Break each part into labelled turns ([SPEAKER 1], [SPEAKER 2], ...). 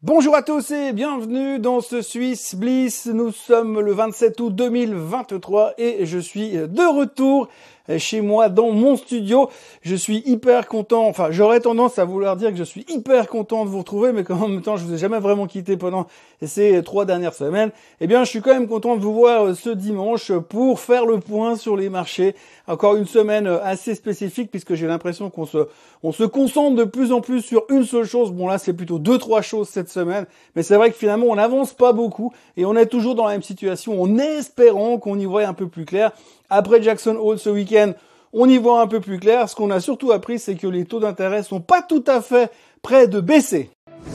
[SPEAKER 1] Bonjour à tous et bienvenue dans ce Swiss Bliss. Nous sommes le 27 août 2023 et je suis de retour chez moi dans mon studio. Je suis hyper content, enfin j'aurais tendance à vouloir dire que je suis hyper content de vous retrouver, mais qu'en même temps je vous ai jamais vraiment quitté pendant ces 3 dernières semaines. Eh bien je suis quand même content de vous voir ce dimanche pour faire le point sur les marchés. Encore une semaine assez spécifique puisque j'ai l'impression qu'on se concentre de plus en plus sur une seule chose. Bon là c'est plutôt 2-3 choses cette semaine, mais c'est vrai que finalement on n'avance pas beaucoup et on est toujours dans la même situation en espérant qu'on y voit un peu plus clair. Après Jackson Hole ce week-end, on y voit un peu plus clair. Ce qu'on a surtout appris, c'est que les taux d'intérêt sont pas tout à fait prêts de baisser.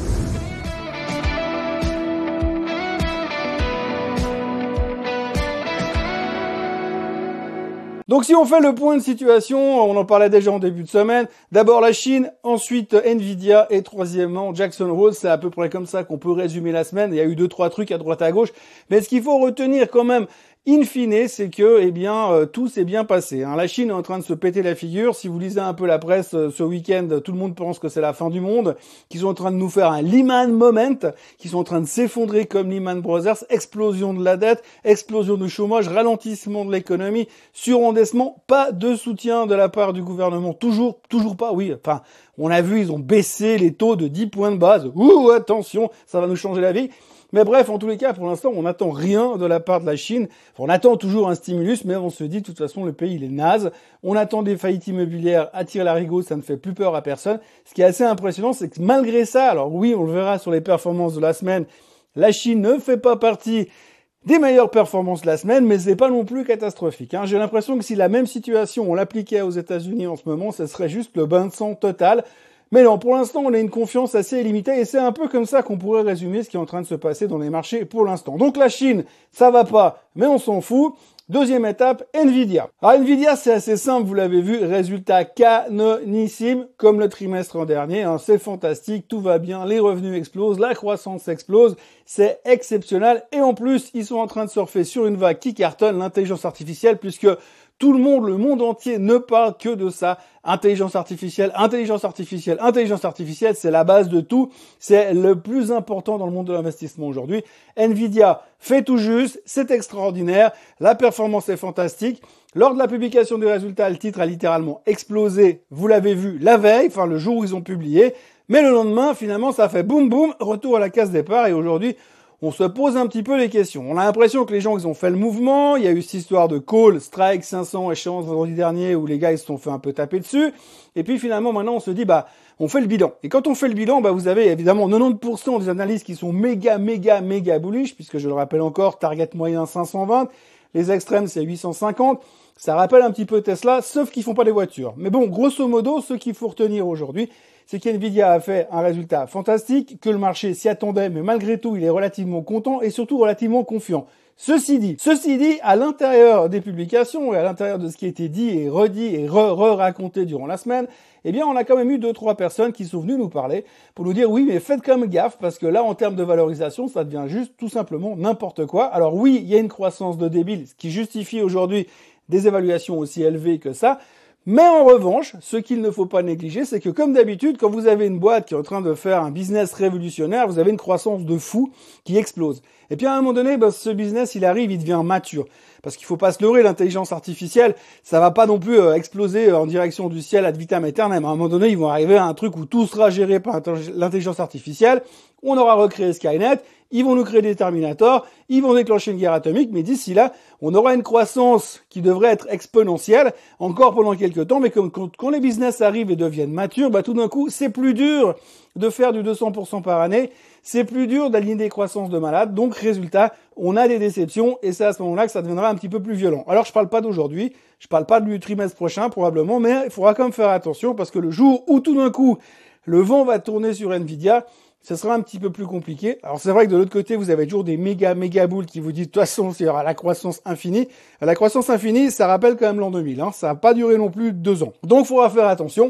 [SPEAKER 1] Donc si on fait le point de situation, on en parlait déjà en début de semaine, d'abord la Chine, ensuite Nvidia et troisièmement Jackson Hole, c'est à peu près comme ça qu'on peut résumer la semaine. Il y a eu 2-3 trucs à droite à gauche, mais ce qu'il faut retenir quand même in fine, c'est que tout s'est bien passé. La Chine est en train de se péter la figure. Si vous lisez un peu la presse ce week-end, tout le monde pense que c'est la fin du monde, qu'ils sont en train de nous faire un Lehman moment, qu'ils sont en train de s'effondrer comme Lehman Brothers, explosion de la dette, explosion du chômage, ralentissement de l'économie, surendettement, pas de soutien de la part du gouvernement. Toujours pas, oui. Enfin, on a vu, ils ont baissé les taux de 10 points de base. Ouh, attention, ça va nous changer la vie. Mais bref, en tous les cas, pour l'instant, on n'attend rien de la part de la Chine. Enfin, on attend toujours un stimulus, mais on se dit, de toute façon, le pays, il est naze. On attend des faillites immobilières à tire-larigot, ça ne fait plus peur à personne. Ce qui est assez impressionnant, c'est que malgré ça, alors oui, on le verra sur les performances de la semaine, la Chine ne fait pas partie des meilleures performances de la semaine, mais c'est pas non plus catastrophique. J'ai l'impression que si la même situation, on l'appliquait aux États-Unis en ce moment, ce serait juste le bain de sang total. Mais non, pour l'instant, on a une confiance assez limitée et c'est un peu comme ça qu'on pourrait résumer ce qui est en train de se passer dans les marchés pour l'instant. Donc la Chine, ça va pas, mais on s'en fout. Deuxième étape, Nvidia. Alors Nvidia, c'est assez simple, vous l'avez vu, résultat canonissime, comme le trimestre dernier. C'est fantastique, tout va bien, les revenus explosent, la croissance explose, c'est exceptionnel. Et en plus, ils sont en train de surfer sur une vague qui cartonne, l'intelligence artificielle, puisque tout le monde entier ne parle que de ça. Intelligence artificielle, intelligence artificielle, intelligence artificielle, c'est la base de tout. C'est le plus important dans le monde de l'investissement aujourd'hui. Nvidia fait tout juste, c'est extraordinaire. La performance est fantastique. Lors de la publication des résultats, le titre a littéralement explosé. Vous l'avez vu la veille, enfin le jour où ils ont publié. Mais le lendemain, finalement, ça fait boum boum, retour à la case départ. Et aujourd'hui, on se pose un petit peu les questions. On a l'impression que les gens, ils ont fait le mouvement. Il y a eu cette histoire de call, strike, 500, échéance vendredi dernier où les gars, ils se sont fait un peu taper dessus. Et puis finalement, maintenant, on se dit, on fait le bilan. Et quand on fait le bilan, vous avez évidemment 90% des analystes qui sont méga bullish, puisque je le rappelle encore, target moyen 520. Les extrêmes, c'est 850. Ça rappelle un petit peu Tesla, sauf qu'ils font pas des voitures. Mais bon, grosso modo, ce qu'il faut retenir aujourd'hui, c'est qu'NVIDIA a fait un résultat fantastique, que le marché s'y attendait, mais malgré tout, il est relativement content et surtout relativement confiant. Ceci dit, à l'intérieur des publications et à l'intérieur de ce qui a été dit et redit et raconté durant la semaine, on a quand même eu 2-3 personnes qui sont venues nous parler pour nous dire oui, mais faites comme gaffe parce que là, en termes de valorisation, ça devient juste tout simplement n'importe quoi. Alors oui, il y a une croissance de débile, ce qui justifie aujourd'hui des évaluations aussi élevées que ça. Mais en revanche, ce qu'il ne faut pas négliger, c'est que comme d'habitude, quand vous avez une boîte qui est en train de faire un business révolutionnaire, vous avez une croissance de fou qui explose. Et puis à un moment donné, ce business, il arrive, il devient mature. Parce qu'il faut pas se leurrer, l'intelligence artificielle, ça va pas non plus exploser en direction du ciel ad vitam aeternam. À un moment donné, ils vont arriver à un truc où tout sera géré par l'intelligence artificielle. On aura recréé Skynet, ils vont nous créer des Terminators, ils vont déclencher une guerre atomique, mais d'ici là, on aura une croissance qui devrait être exponentielle encore pendant quelques temps, mais quand les business arrivent et deviennent matures, tout d'un coup, c'est plus dur de faire du 200% par année, c'est plus dur d'aligner des croissances de malades, donc résultat, on a des déceptions, et c'est à ce moment-là que ça deviendra un petit peu plus violent. Alors je parle pas d'aujourd'hui, je parle pas du trimestre prochain probablement, mais il faudra quand même faire attention, parce que le jour où tout d'un coup, le vent va tourner sur Nvidia, ce sera un petit peu plus compliqué. Alors c'est vrai que de l'autre côté, vous avez toujours des méga bulles qui vous disent de toute façon, il y aura la croissance infinie. La croissance infinie, ça rappelle quand même l'an 2000. Ça n'a pas duré non plus 2 ans. Donc il faudra faire attention.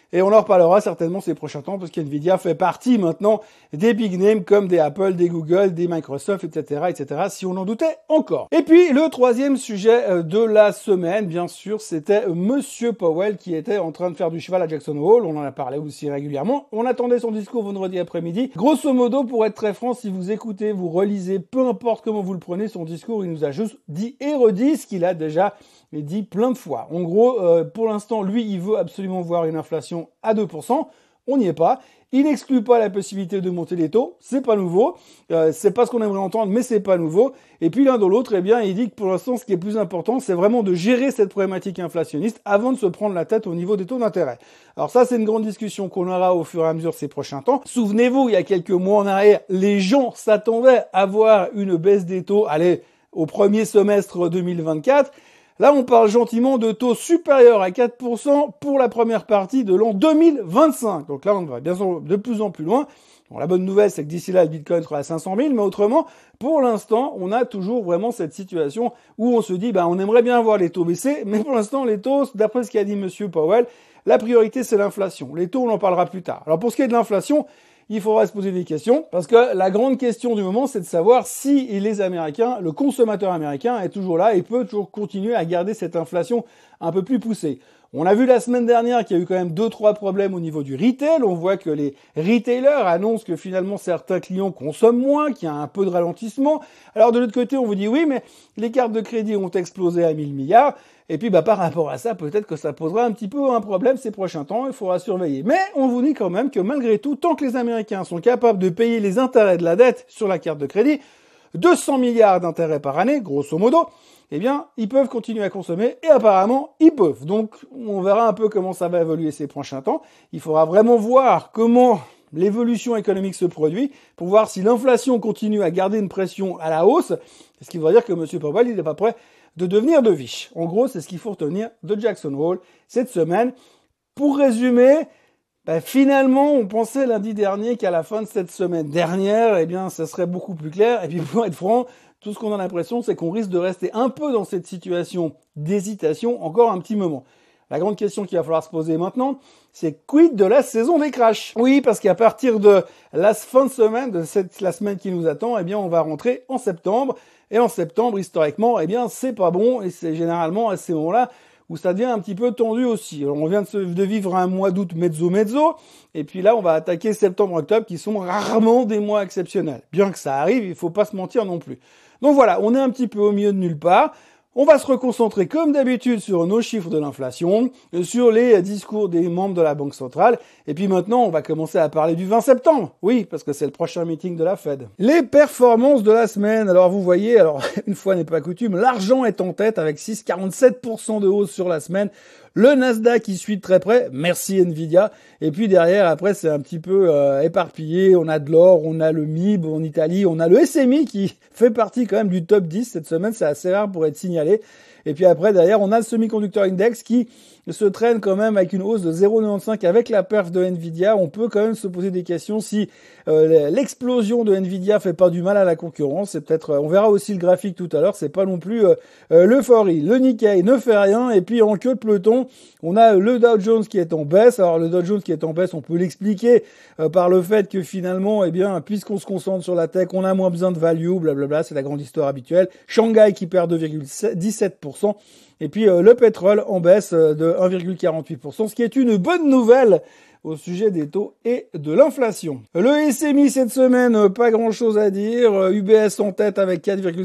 [SPEAKER 1] Et on en reparlera certainement ces prochains temps parce qu'NVIDIA fait partie maintenant des big names comme des Apple, des Google, des Microsoft, etc., etc., si on en doutait encore. Et puis, le troisième sujet de la semaine, bien sûr, c'était Monsieur Powell qui était en train de faire du cheval à Jackson Hole. On en a parlé aussi régulièrement. On attendait son discours vendredi après-midi. Grosso modo, pour être très franc, si vous écoutez, vous relisez, peu importe comment vous le prenez, son discours, il nous a juste dit et redit ce qu'il a déjà dit plein de fois. En gros, pour l'instant, lui, il veut absolument voir une inflation à 2%. On n'y est pas. Il n'exclut pas la possibilité de monter les taux. C'est pas nouveau. C'est pas ce qu'on aimerait entendre, mais c'est pas nouveau. Et puis l'un dans l'autre, eh bien, il dit que pour l'instant, ce qui est plus important, c'est vraiment de gérer cette problématique inflationniste avant de se prendre la tête au niveau des taux d'intérêt. Alors ça, c'est une grande discussion qu'on aura au fur et à mesure ces prochains temps. Souvenez-vous, il y a quelques mois en arrière, les gens s'attendaient à voir une baisse des taux, allez, au premier semestre 2024. Là, on parle gentiment de taux supérieurs à 4% pour la première partie de l'an 2025. Donc là, on va bien sûr de plus en plus loin. Bon, la bonne nouvelle, c'est que d'ici là, le Bitcoin sera à 500 000, mais autrement, pour l'instant, on a toujours vraiment cette situation où on se dit, on aimerait bien voir les taux baisser, mais pour l'instant, les taux, d'après ce qu'a dit Monsieur Powell, la priorité, c'est l'inflation. Les taux, on en parlera plus tard. Alors, pour ce qui est de l'inflation, il faudra se poser des questions, parce que la grande question du moment, c'est de savoir si les Américains, le consommateur américain est toujours là et peut toujours continuer à garder cette inflation un peu plus poussée. On a vu la semaine dernière qu'il y a eu quand même 2-3 problèmes au niveau du retail. On voit que les retailers annoncent que finalement certains clients consomment moins, qu'il y a un peu de ralentissement. Alors de l'autre côté, on vous dit oui, mais les cartes de crédit ont explosé à 1000 milliards. Et puis par rapport à ça, peut-être que ça posera un petit peu un problème ces prochains temps, il faudra surveiller. Mais on vous dit quand même que malgré tout, tant que les Américains sont capables de payer les intérêts de la dette sur la carte de crédit, 200 milliards d'intérêts par année, grosso modo, eh bien, ils peuvent continuer à consommer et apparemment, ils peuvent. Donc, on verra un peu comment ça va évoluer ces prochains temps. Il faudra vraiment voir comment l'évolution économique se produit pour voir si l'inflation continue à garder une pression à la hausse, ce qui va dire que M. Powell, il n'est pas prêt de devenir de Vich. En gros, c'est ce qu'il faut retenir de Jackson Hole cette semaine. Pour résumer, finalement, on pensait lundi dernier qu'à la fin de cette semaine dernière, eh bien, ça serait beaucoup plus clair. Et puis, pour être franc, tout ce qu'on a l'impression, c'est qu'on risque de rester un peu dans cette situation d'hésitation encore un petit moment. La grande question qu'il va falloir se poser maintenant, c'est quid de la saison des crashs? Oui, parce qu'à partir de la fin de semaine, la semaine qui nous attend, eh bien, on va rentrer en septembre. Et en septembre, historiquement, eh bien, c'est pas bon. Et c'est généralement à ces moments-là où ça devient un petit peu tendu aussi. Alors, on vient de vivre un mois d'août mezzo. Et puis là, on va attaquer septembre-octobre qui sont rarement des mois exceptionnels. Bien que ça arrive, il faut pas se mentir non plus. Donc voilà, on est un petit peu au milieu de nulle part. On va se reconcentrer comme d'habitude sur nos chiffres de l'inflation, sur les discours des membres de la Banque centrale. Et puis maintenant, on va commencer à parler du 20 septembre. Oui, parce que c'est le prochain meeting de la Fed. Les performances de la semaine. Alors vous voyez, une fois n'est pas coutume, l'argent est en tête avec 6,47% de hausse sur la semaine. Le Nasdaq qui suit de très près, merci Nvidia. Et puis derrière, après, c'est un petit peu éparpillé. On a de l'or, on a le MIB en Italie, on a le SMI qui fait partie quand même du top 10 cette semaine. C'est assez rare pour être signalé. Et puis après, derrière, on a le Semiconductor Index qui se traîne quand même avec une hausse de 0,95 avec la perf de Nvidia. On peut quand même se poser des questions si l'explosion de Nvidia fait pas du mal à la concurrence. C'est peut-être, on verra aussi le graphique tout à l'heure. C'est pas non plus l'euphorie. Le Nikkei ne fait rien. Et puis en queue de peloton, on a le Dow Jones qui est en baisse. Alors le Dow Jones qui est en baisse, on peut l'expliquer par le fait que finalement, eh bien, puisqu'on se concentre sur la tech, on a moins besoin de value, blablabla. C'est la grande histoire habituelle. Shanghai qui perd 2,17%. Et puis le pétrole en baisse de 1,48%, ce qui est une bonne nouvelle au sujet des taux et de l'inflation. Le SMI cette semaine, pas grand-chose à dire. UBS en tête avec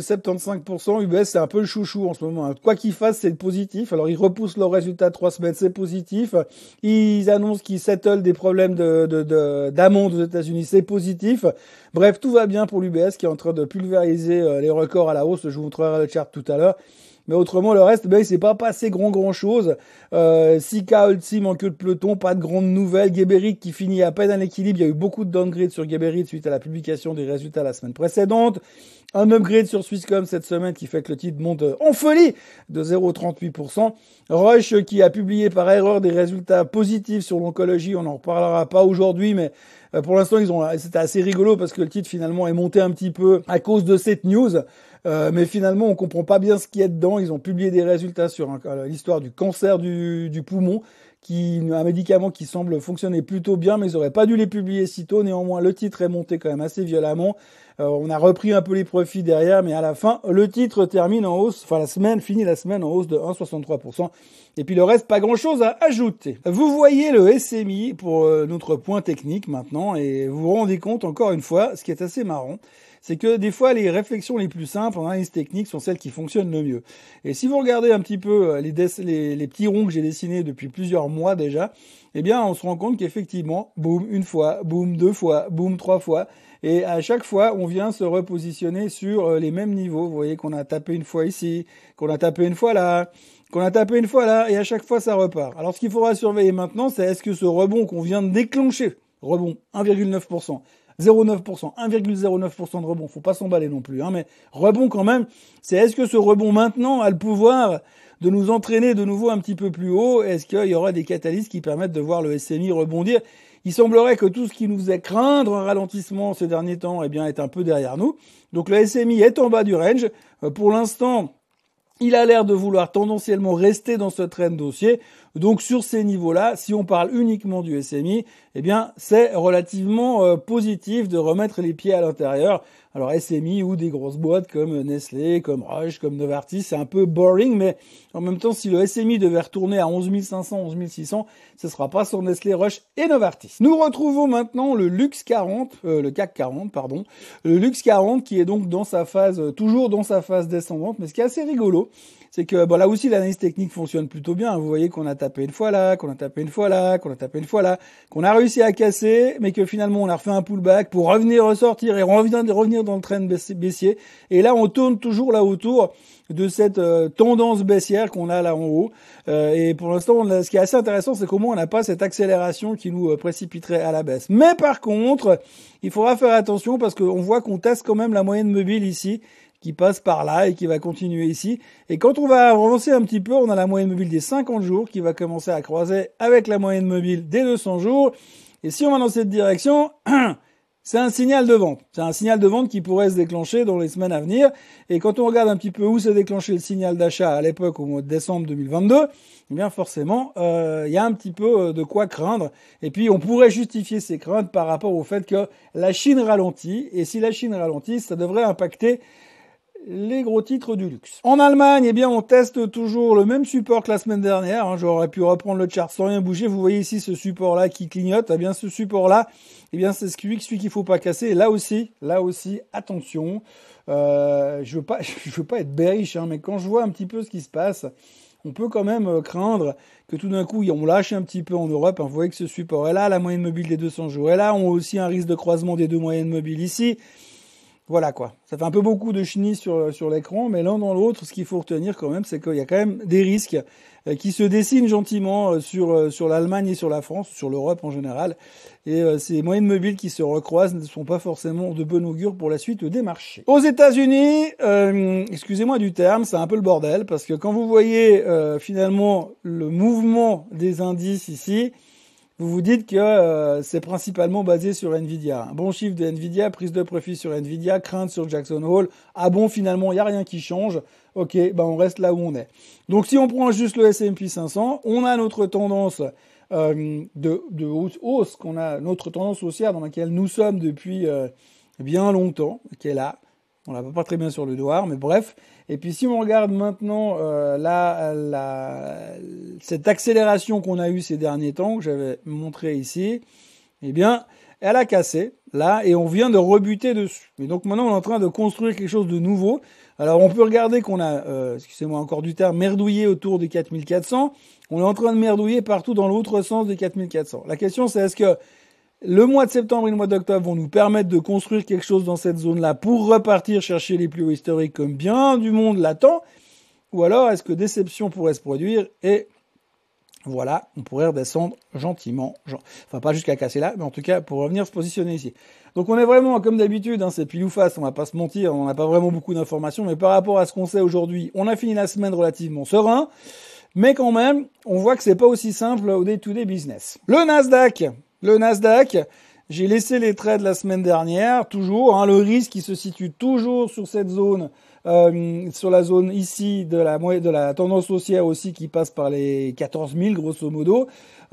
[SPEAKER 1] 4,75%. UBS, c'est un peu le chouchou en ce moment. Quoi qu'ils fassent, c'est le positif. Alors, ils repoussent leurs résultats de 3 semaines, c'est positif. Ils annoncent qu'ils settlent des problèmes d'amende aux États-Unis, c'est positif. Bref, tout va bien pour l'UBS qui est en train de pulvériser les records à la hausse. Je vous montrerai le chart tout à l'heure. Mais autrement, le reste, il s'est pas passé grand chose. Sika, Ultim en queue de peloton, pas de grandes nouvelles. Geberit qui finit à peine à l'équilibre. Il y a eu beaucoup de downgrade sur Geberit suite à la publication des résultats la semaine précédente. Un upgrade sur Swisscom cette semaine qui fait que le titre monte en folie de 0,38%. Roche qui a publié par erreur des résultats positifs sur l'oncologie. On n'en reparlera pas aujourd'hui, mais pour l'instant, c'était assez rigolo parce que le titre finalement est monté un petit peu à cause de cette news. mais finalement on comprend pas bien ce qu'il y a dedans. Ils ont publié des résultats sur l'histoire du cancer du poumon, un médicament qui semble fonctionner plutôt bien, mais ils auraient pas dû les publier si tôt. Néanmoins, le titre est monté quand même assez violemment. On a repris un peu les profits derrière, mais à la fin, le titre termine en hausse, finit la semaine en hausse de 1,63%. Et puis le reste, pas grand chose à ajouter. Vous voyez le SMI pour notre point technique maintenant, et vous vous rendez compte encore une fois, ce qui est assez marrant, c'est que des fois, les réflexions les plus simples en analyse technique sont celles qui fonctionnent le mieux. Et si vous regardez un petit peu les petits ronds que j'ai dessinés depuis plusieurs mois déjà, eh bien, on se rend compte qu'effectivement, boum, une fois, boum, deux fois, boum, trois fois, et à chaque fois, on vient se repositionner sur les mêmes niveaux. Vous voyez qu'on a tapé une fois ici, qu'on a tapé une fois là, qu'on a tapé une fois là, et à chaque fois, ça repart. Alors, ce qu'il faudra surveiller maintenant, c'est est-ce que ce rebond qu'on vient de déclencher, rebond 1,9%, 0,9%, 1,09% de rebond, faut pas s'emballer non plus, mais rebond quand même, c'est est-ce que ce rebond maintenant a le pouvoir de nous entraîner de nouveau un petit peu plus haut? Est-ce qu'il y aura des catalystes qui permettent de voir le SMI rebondir? Il semblerait que tout ce qui nous faisait craindre un ralentissement ces derniers temps, est un peu derrière nous. Donc le SMI est en bas du range. Pour l'instant, il a l'air de vouloir tendanciellement rester dans ce trend haussier. Donc sur ces niveaux-là, si on parle uniquement du SMI, c'est relativement positif de remettre les pieds à l'intérieur. Alors SMI ou des grosses boîtes comme Nestlé, comme Roche, comme Novartis, c'est un peu boring, mais en même temps, si le SMI devait retourner à 11 500, 11 600, ce sera pas sur Nestlé, Roche et Novartis. Nous retrouvons maintenant le CAC 40, pardon. Le Lux 40 qui est donc toujours dans sa phase descendante, mais ce qui est assez rigolo, c'est que là aussi l'analyse technique fonctionne plutôt bien. Vous voyez qu'on a tapé une fois là, qu'on a tapé une fois là, qu'on a tapé une fois là, qu'on a réussi à casser, mais que finalement on a refait un pullback pour ressortir et revenir dans le trend baissier. Et là on tourne toujours là autour de cette tendance baissière qu'on a là en haut. Et pour l'instant, ce qui est assez intéressant, c'est qu'au moins on n'a pas cette accélération qui nous précipiterait à la baisse. Mais par contre, il faudra faire attention parce qu'on voit qu'on teste quand même la moyenne mobile ici, qui passe par là et qui va continuer ici. Et quand on va avancer un petit peu, on a la moyenne mobile des 50 jours qui va commencer à croiser avec la moyenne mobile des 200 jours. Et si on va dans cette direction, c'est un signal de vente. C'est un signal de vente qui pourrait se déclencher dans les semaines à venir. Et quand on regarde un petit peu où s'est déclenché le signal d'achat à l'époque, au mois de décembre 2022, forcément, il y a un petit peu de quoi craindre. Et puis, on pourrait justifier ces craintes par rapport au fait que la Chine ralentit. Et si la Chine ralentit, ça devrait impacter les gros titres du luxe. En Allemagne, on teste toujours le même support que la semaine dernière. J'aurais pu reprendre le chart sans rien bouger. Vous voyez ici ce support-là qui clignote. Ce support-là, c'est celui qu'il faut pas casser. Et là aussi, attention. Je veux pas être bearish, mais quand je vois un petit peu ce qui se passe, on peut quand même craindre que tout d'un coup, on lâche un petit peu en Europe. Vous voyez que ce support est là, la moyenne mobile des 200 jours est là. On a aussi un risque de croisement des deux moyennes mobiles ici. Voilà quoi. Ça fait un peu beaucoup de chenilles sur l'écran, mais l'un dans l'autre, ce qu'il faut retenir quand même, c'est qu'il y a quand même des risques qui se dessinent gentiment sur l'Allemagne et sur la France, sur l'Europe en général. Et ces moyennes mobiles qui se recroisent ne sont pas forcément de bon augure pour la suite des marchés. Aux États-Unis, excusez-moi du terme, c'est un peu le bordel, parce que quand vous voyez finalement le mouvement des indices ici, vous vous dites que c'est principalement basé sur Nvidia. Un bon chiffre de Nvidia, prise de profit sur Nvidia, crainte sur Jackson Hole. Ah bon, finalement, il n'y a rien qui change. Ok, on reste là où on est. Donc si on prend juste le S&P 500, on a notre tendance de hausse, qu'on a notre tendance haussière dans laquelle nous sommes depuis bien longtemps, qui est là. On la voit pas très bien sur le doigt, mais bref. Et puis si on regarde maintenant cette accélération qu'on a eue ces derniers temps, que j'avais montré ici, elle a cassé, là, et on vient de rebuter dessus. Et donc maintenant, on est en train de construire quelque chose de nouveau. Alors on peut regarder qu'on a, excusez-moi encore du terme, merdouillé autour des 4400. On est en train de merdouiller partout dans l'autre sens des 4400. La question, c'est est-ce que le mois de septembre et le mois d'octobre vont nous permettre de construire quelque chose dans cette zone-là pour repartir chercher les plus hauts historiques comme bien du monde l'attend, ou alors est-ce que déception pourrait se produire et voilà, on pourrait redescendre gentiment, enfin pas jusqu'à casser là, mais en tout cas pour revenir se positionner ici. Donc on est vraiment comme d'habitude, c'est pile ou face, on va pas se mentir, on n'a pas vraiment beaucoup d'informations, mais par rapport à ce qu'on sait aujourd'hui, on a fini la semaine relativement serein, mais quand même, on voit que c'est pas aussi simple au day-to-day business. Le Nasdaq, j'ai laissé les trades la semaine dernière, toujours, le risque qui se situe toujours sur cette zone sur la zone ici de la tendance haussière aussi qui passe par les 14 000 grosso modo.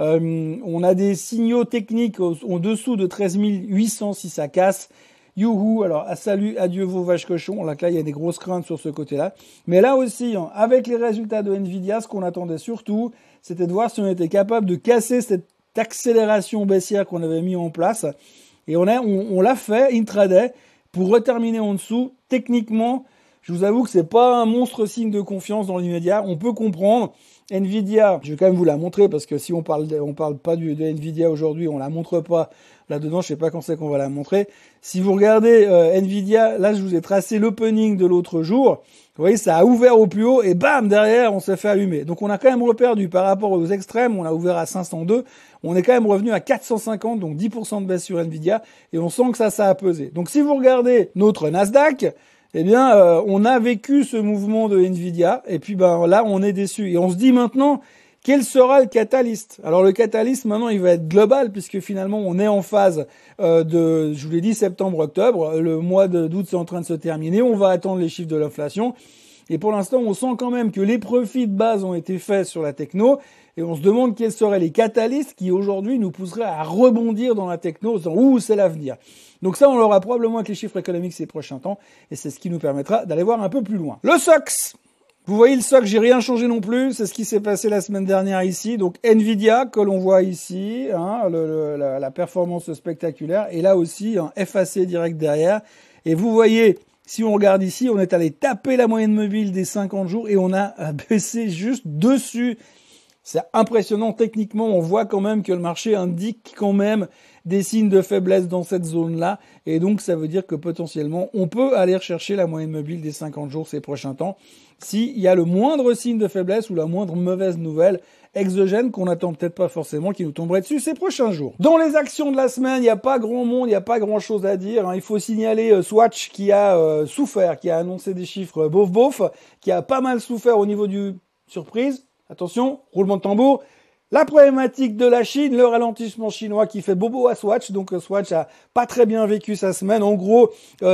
[SPEAKER 1] On a des signaux techniques en dessous de 13 800 si ça casse. Youhou, alors salut, adieu vos vaches cochons. Là, il y a des grosses craintes sur ce côté-là. Mais là aussi, hein, avec les résultats de Nvidia, ce qu'on attendait surtout, c'était de voir si on était capable de casser cette accélération baissière qu'on avait mis en place. Et on l'a fait intraday pour reterminer en dessous. Techniquement, je vous avoue que c'est pas un monstre signe de confiance dans l'immédiat. On peut comprendre. Nvidia, je vais quand même vous la montrer parce que si on parle pas de Nvidia aujourd'hui, on la montre pas là-dedans. Je sais pas quand c'est qu'on va la montrer. Si vous regardez Nvidia, là je vous ai tracé l'opening de l'autre jour. Vous voyez, ça a ouvert au plus haut et bam, derrière, on s'est fait allumer. Donc on a quand même reperdu par rapport aux extrêmes. On a ouvert à 502. On est quand même revenu à 450, donc 10% de baisse sur Nvidia et on sent que ça a pesé. Donc si vous regardez notre Nasdaq, eh bien, on a vécu ce mouvement de Nvidia et puis là, on est déçu. Et on se dit maintenant, quel sera le catalyste? Alors le catalyste, maintenant, il va être global puisque finalement, on est en phase je vous l'ai dit, septembre-octobre. Le mois d'août, c'est en train de se terminer. On va attendre les chiffres de l'inflation. Et pour l'instant, on sent quand même que les profits de base ont été faits sur la techno. Et on se demande quels seraient les catalystes qui aujourd'hui nous pousseraient à rebondir dans la techno en disant « Ouh, c'est l'avenir ». Donc ça, on l'aura probablement avec les chiffres économiques ces prochains temps. Et c'est ce qui nous permettra d'aller voir un peu plus loin. Le SOX. Vous voyez le SOX, j'ai rien changé non plus. C'est ce qui s'est passé la semaine dernière ici. Donc Nvidia, que l'on voit ici, hein, la performance spectaculaire. Et là aussi, un FAC direct derrière. Et vous voyez, si on regarde ici, on est allé taper la moyenne mobile des 50 jours et on a baissé juste dessus. C'est impressionnant techniquement, on voit quand même que le marché indique quand même des signes de faiblesse dans cette zone-là. Et donc, ça veut dire que potentiellement, on peut aller rechercher la moyenne mobile des 50 jours ces prochains temps. S'il y a le moindre signe de faiblesse ou la moindre mauvaise nouvelle exogène qu'on n'attend peut-être pas forcément, qui nous tomberait dessus ces prochains jours. Dans les actions de la semaine, il n'y a pas grand monde, il n'y a pas grand chose à dire. Il faut signaler Swatch qui a souffert, qui a annoncé des chiffres bof, qui a pas mal souffert au niveau du surprise. Attention, roulement de tambour. La problématique de la Chine, le ralentissement chinois qui fait bobo à Swatch. Donc Swatch a pas très bien vécu sa semaine. En gros,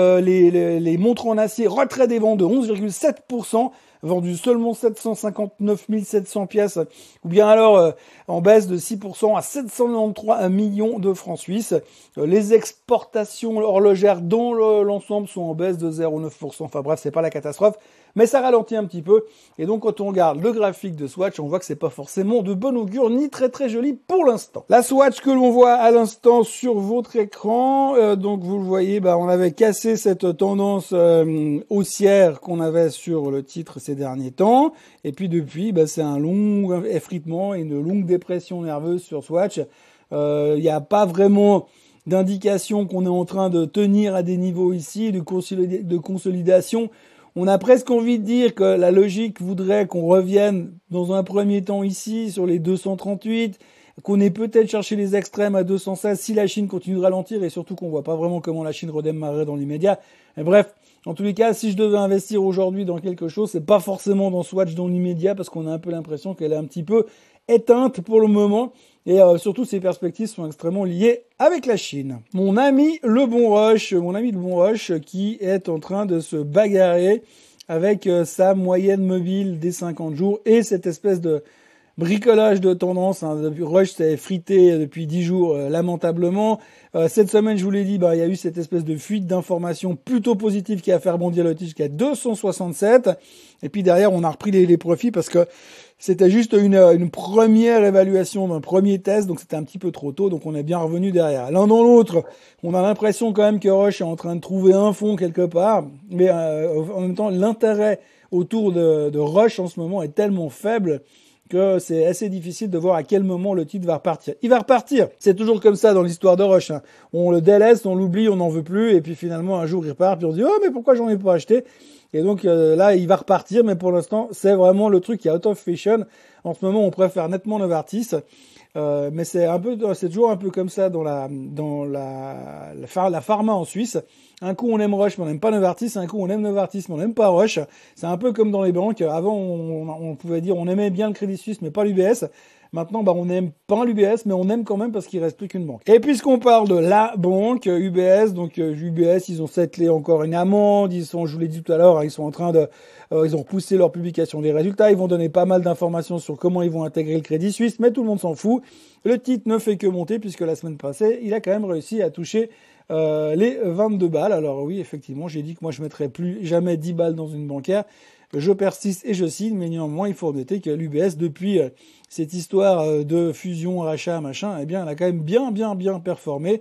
[SPEAKER 1] les montres en acier, retrait des ventes de 11,7%, vendu seulement 759 700 pièces, ou bien alors en baisse de 6% à 793 millions de francs suisses. Les exportations horlogères dans l'ensemble sont en baisse de 0,9%. Enfin bref, c'est pas la catastrophe, mais ça ralentit un petit peu. Et donc quand on regarde le graphique de Swatch, on voit que c'est pas forcément de bon augure ni très très joli pour l'instant. La Swatch que l'on voit à l'instant sur votre écran, donc vous le voyez, on avait cassé cette tendance haussière qu'on avait sur le titre ces derniers temps. Et puis depuis, c'est un long effritement et une longue dépression nerveuse sur Swatch. Il n'y a pas vraiment d'indication qu'on est en train de tenir à des niveaux ici, de consolidation. On a presque envie de dire que la logique voudrait qu'on revienne dans un premier temps ici sur les 238, qu'on ait peut-être cherché les extrêmes à 216 si la Chine continue de ralentir et surtout qu'on voit pas vraiment comment la Chine redémarrerait dans l'immédiat. Mais bref, en tous les cas, si je devais investir aujourd'hui dans quelque chose, c'est pas forcément dans Swatch dans l'immédiat parce qu'on a un peu l'impression qu'elle est un petit peu éteinte pour le moment et surtout ses perspectives sont extrêmement liées avec la Chine. Mon ami le Bon Rush qui est en train de se bagarrer avec sa moyenne mobile des 50 jours et cette espèce de bricolage de tendance, Rush s'est frité depuis 10 jours lamentablement. Cette semaine, je vous l'ai dit, il y a eu cette espèce de fuite d'informations plutôt positive qui a fait rebondir le titre jusqu'à 267. Et puis derrière, on a repris les profits parce que c'était juste une première évaluation d'un premier test, donc c'était un petit peu trop tôt, donc on est bien revenu derrière. L'un dans l'autre, on a l'impression quand même que Rush est en train de trouver un fond quelque part, mais en même temps, l'intérêt autour de Rush en ce moment est tellement faible que c'est assez difficile de voir à quel moment le titre va repartir. Il va repartir. C'est toujours comme ça dans l'histoire de Rush. On le délaisse, on l'oublie, on n'en veut plus, et puis finalement un jour il repart, puis on se dit oh mais pourquoi j'en ai pas acheté? Et donc là il va repartir, mais pour l'instant c'est vraiment le truc qui est out of fashion. En ce moment on préfère nettement Novartis. Mais c'est toujours un peu comme ça dans la pharma en Suisse. Un coup on aime Roche mais on n'aime pas Novartis, un coup on aime Novartis mais on n'aime pas Roche. C'est un peu comme dans les banques. Avant on pouvait dire on aimait bien le Crédit Suisse mais pas l'UBS. Maintenant, on n'aime pas l'UBS, mais on aime quand même parce qu'il reste plus qu'une banque. Et puisqu'on parle de la banque, UBS, donc UBS, ils ont settlé encore une amende. Je vous l'ai dit tout à l'heure, ils sont en train de, ils ont repoussé leur publication des résultats. Ils vont donner pas mal d'informations sur comment ils vont intégrer le Crédit Suisse, mais tout le monde s'en fout. Le titre ne fait que monter puisque la semaine passée, il a quand même réussi à toucher les 22 balles. Alors oui, effectivement, j'ai dit que moi je mettrais plus jamais 10 balles dans une bancaire. Je persiste et je signe, mais néanmoins, il faut noter que l'UBS, depuis cette histoire de fusion, rachat, machin, eh bien, elle a quand même bien performé.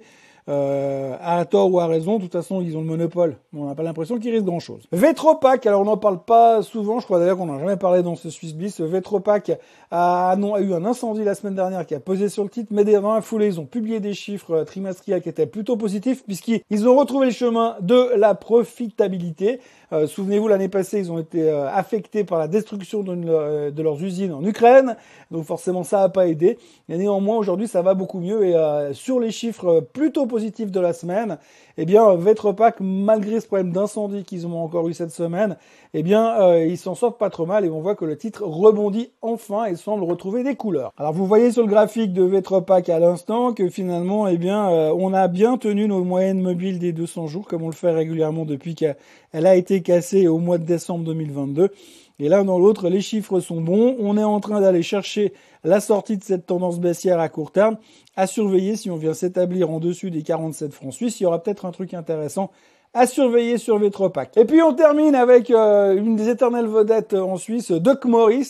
[SPEAKER 1] À tort ou à raison, de toute façon, ils ont le monopole. On n'a pas l'impression qu'ils risquent grand-chose. Vetropac, alors on n'en parle pas souvent, je crois d'ailleurs qu'on n'en a jamais parlé dans ce Swiss Bliss. Vetropac a eu un incendie la semaine dernière qui a pesé sur le titre, mais dans la foulée, ils ont publié des chiffres trimestriels qui étaient plutôt positifs, puisqu'ils ont retrouvé le chemin de la profitabilité. Souvenez-vous, l'année passée, ils ont été affectés par la destruction de leurs usines en Ukraine, donc forcément ça n'a pas aidé. Mais néanmoins, aujourd'hui, ça va beaucoup mieux et sur les chiffres plutôt positifs de la semaine, eh bien, Vetropac, malgré ce problème d'incendie qu'ils ont encore eu cette semaine, eh bien, ils s'en sortent pas trop mal et on voit que le titre rebondit enfin et semble retrouver des couleurs. Alors, vous voyez sur le graphique de Vetropac à l'instant que finalement, eh bien, on a bien tenu nos moyennes mobiles des 200 jours, comme on le fait régulièrement depuis qu'elle a été cassée au mois de décembre 2022. Et l'un dans l'autre, les chiffres sont bons. On est en train d'aller chercher la sortie de cette tendance baissière à court terme. À surveiller si on vient s'établir en dessus des 47 francs suisses. Il y aura peut-être un truc intéressant à surveiller sur Vetropac. Et puis on termine avec une des éternelles vedettes en Suisse, DocMorris,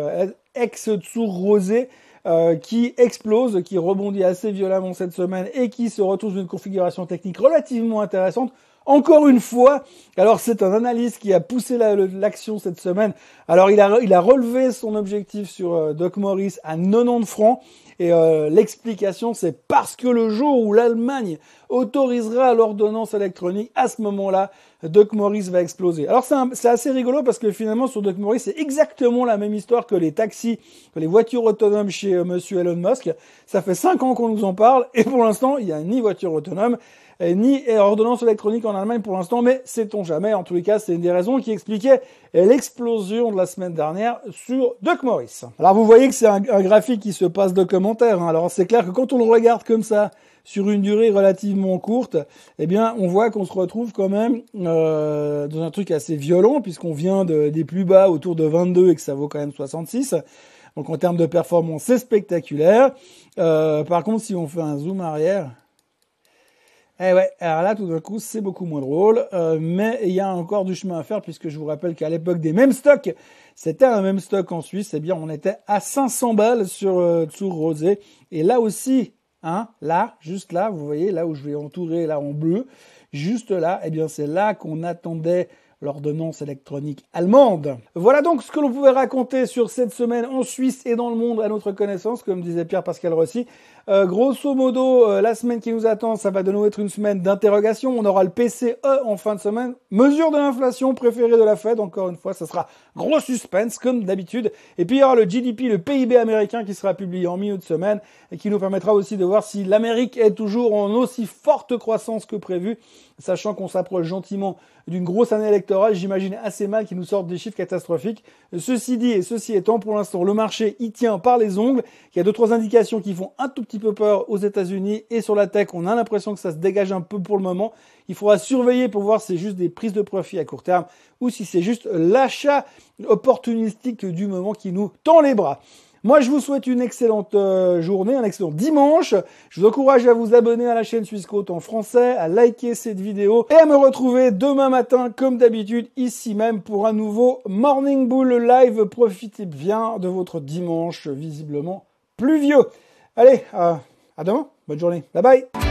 [SPEAKER 1] ex-Tsur Rosé, qui explose, qui rebondit assez violemment cette semaine et qui se retrouve dans une configuration technique relativement intéressante. Encore une fois, alors c'est un analyste qui a poussé l'action cette semaine. Alors il a relevé son objectif sur DocMorris à 90 francs et l'explication c'est parce que le jour où l'Allemagne autorisera l'ordonnance électronique, à ce moment-là, DocMorris va exploser. Alors c'est assez rigolo parce que finalement sur DocMorris c'est exactement la même histoire que les taxis, que les voitures autonomes chez monsieur Elon Musk. Ça fait 5 ans qu'on nous en parle et pour l'instant il n'y a ni voiture autonome ni ordonnance électronique en Allemagne pour l'instant, mais sait-on jamais. En tous les cas, c'est une des raisons qui expliquait l'explosion de la semaine dernière sur DocMorris. Alors vous voyez que c'est un graphique qui se passe de commentaires. Alors c'est clair que quand on le regarde comme ça, sur une durée relativement courte, eh bien, on voit qu'on se retrouve quand même dans un truc assez violent, puisqu'on vient des plus bas autour de 22 et que ça vaut quand même 66. Donc en termes de performance, c'est spectaculaire. Par contre, si on fait un zoom arrière... Eh ouais, alors là, tout d'un coup, c'est beaucoup moins drôle, mais il y a encore du chemin à faire, puisque je vous rappelle qu'à l'époque des mêmes stocks, c'était un même stock en Suisse, eh bien, on était à 500 balles sur Tsur Rosé, et là aussi, là, juste là, vous voyez, là où je vais entourer, là, en bleu, juste là, eh bien, c'est là qu'on attendait l'ordonnance électronique allemande. Voilà donc ce que l'on pouvait raconter sur cette semaine en Suisse et dans le monde à notre connaissance, comme disait Pierre-Pascal Rossi. Grosso modo, la semaine qui nous attend, ça va de nouveau être une semaine d'interrogation. On aura le PCE en fin de semaine. Mesure de l'inflation préférée de la Fed. Encore une fois, ça sera gros suspense, comme d'habitude. Et puis, il y aura le GDP, le PIB américain qui sera publié en milieu de semaine et qui nous permettra aussi de voir si l'Amérique est toujours en aussi forte croissance que prévu, sachant qu'on s'approche gentiment d'une grosse année électorale. J'imagine assez mal qu'ils nous sortent des chiffres catastrophiques. Ceci dit et ceci étant, pour l'instant, le marché y tient par les ongles. Il y a 2-3 indications qui font un tout petit peu peur aux États-Unis et sur la tech, on a l'impression que ça se dégage un peu pour le moment. Il faudra surveiller pour voir si c'est juste des prises de profit à court terme ou si c'est juste l'achat opportunistique du moment qui nous tend les bras. Moi, je vous souhaite une excellente journée, un excellent dimanche. Je vous encourage à vous abonner à la chaîne Swissquote en français, à liker cette vidéo et à me retrouver demain matin, comme d'habitude, ici même pour un nouveau Morning Bull Live. Profitez bien de votre dimanche, visiblement pluvieux. Allez, à demain. Bonne journée. Bye bye.